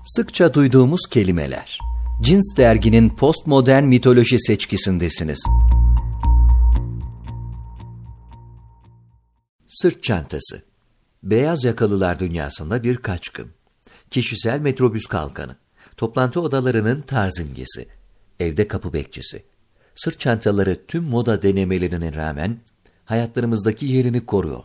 Sıkça duyduğumuz kelimeler. Cins derginin postmodern mitoloji seçkisindesiniz. Sırt çantası. Beyaz yakalılar dünyasında bir kaçkın. Kişisel metrobüs kalkanı. Toplantı odalarının tarzimgesi. Evde kapı bekçisi. Sırt çantaları tüm moda denemelerine rağmen hayatlarımızdaki yerini koruyor.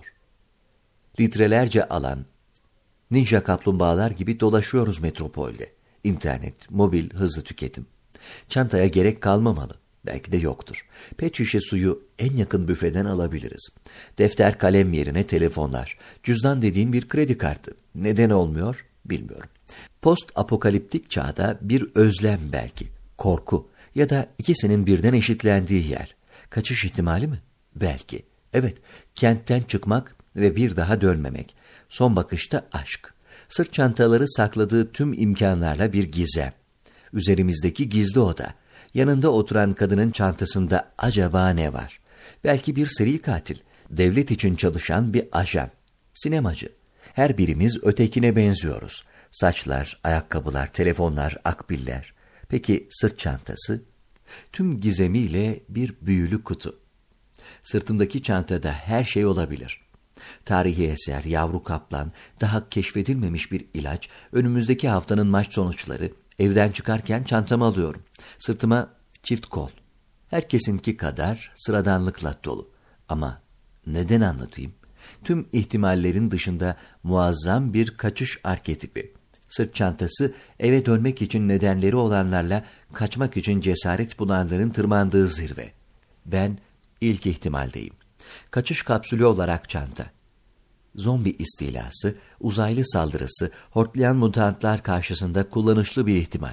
Litrelerce alan, ninja kaplumbağalar gibi dolaşıyoruz metropolde. İnternet, mobil, hızlı tüketim. Çantaya gerek kalmamalı. Belki de yoktur. Pet şişe suyu en yakın büfeden alabiliriz. Defter kalem yerine telefonlar. Cüzdan dediğin bir kredi kartı. Neden olmuyor bilmiyorum. Post apokaliptik çağda bir özlem belki, korku ya da ikisinin birden eşitlendiği yer. Kaçış ihtimali mi? Belki. Evet, kentten çıkmak ve bir daha dönmemek. Son bakışta aşk. Sırt çantaları sakladığı tüm imkanlarla bir gizem. Üzerimizdeki gizli oda. Yanında oturan kadının çantasında acaba ne var? Belki bir seri katil, devlet için çalışan bir ajan, sinemacı. Her birimiz ötekine benziyoruz. Saçlar, ayakkabılar, telefonlar, akbiller. Peki sırt çantası? Tüm gizemiyle bir büyülü kutu. Sırtımdaki çantada her şey olabilir. Tarihi eser, yavru kaplan, daha keşfedilmemiş bir ilaç, önümüzdeki haftanın maç sonuçları, evden çıkarken çantamı alıyorum. Sırtıma çift kol. Herkesinki kadar sıradanlıkla dolu. Ama neden anlatayım? Tüm ihtimallerin dışında muazzam bir kaçış arketipi. Sırt çantası eve dönmek için nedenleri olanlarla kaçmak için cesaret bulanların tırmandığı zirve. Ben ilk ihtimaldeyim. Kaçış kapsülü olarak çanta. Zombi istilası, uzaylı saldırısı, hortlayan mutantlar karşısında kullanışlı bir ihtimal.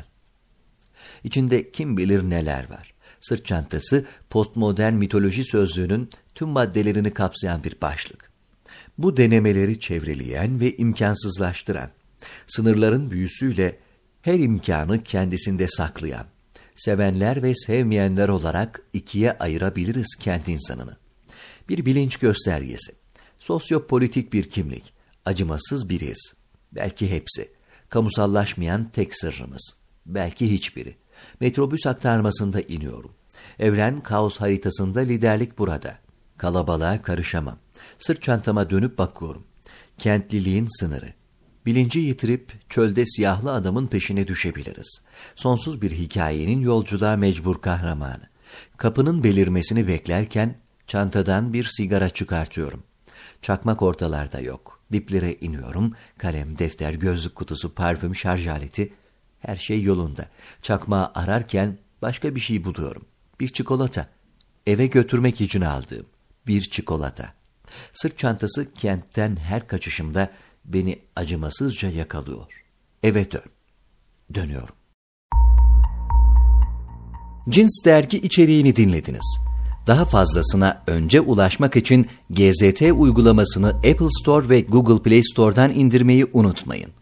İçinde kim bilir neler var. Sırt çantası, postmodern mitoloji sözlüğünün tüm maddelerini kapsayan bir başlık. Bu denemeleri çevreleyen ve imkansızlaştıran, sınırların büyüsüyle her imkanı kendisinde saklayan, sevenler ve sevmeyenler olarak ikiye ayırabiliriz kent insanını. Bir bilinç göstergesi, sosyopolitik bir kimlik, acımasız bir his, belki hepsi, kamusallaşmayan tek sırrımız, belki hiçbiri. Metrobüs aktarmasında iniyorum. Evren kaos haritasında liderlik burada. Kalabalığa karışamam. Sırt çantama dönüp bakıyorum. Kentliliğin sınırı. Bilinci yitirip çölde siyahlı adamın peşine düşebiliriz. Sonsuz bir hikayenin yolculuğa mecbur kahramanı. Kapının belirmesini beklerken çantadan bir sigara çıkartıyorum. Çakmak ortalarda yok. Diplere iniyorum. Kalem, defter, gözlük kutusu, parfüm, şarj aleti. Her şey yolunda. Çakmağı ararken başka bir şey buluyorum. Bir çikolata. Eve götürmek için aldığım bir çikolata. Sırt çantası kentten her kaçışımda beni acımasızca yakalıyor. Eve dönüyorum. Cins dergi içeriğini dinlediniz. Daha fazlasına önce ulaşmak için GZT uygulamasını Apple Store ve Google Play Store'dan indirmeyi unutmayın.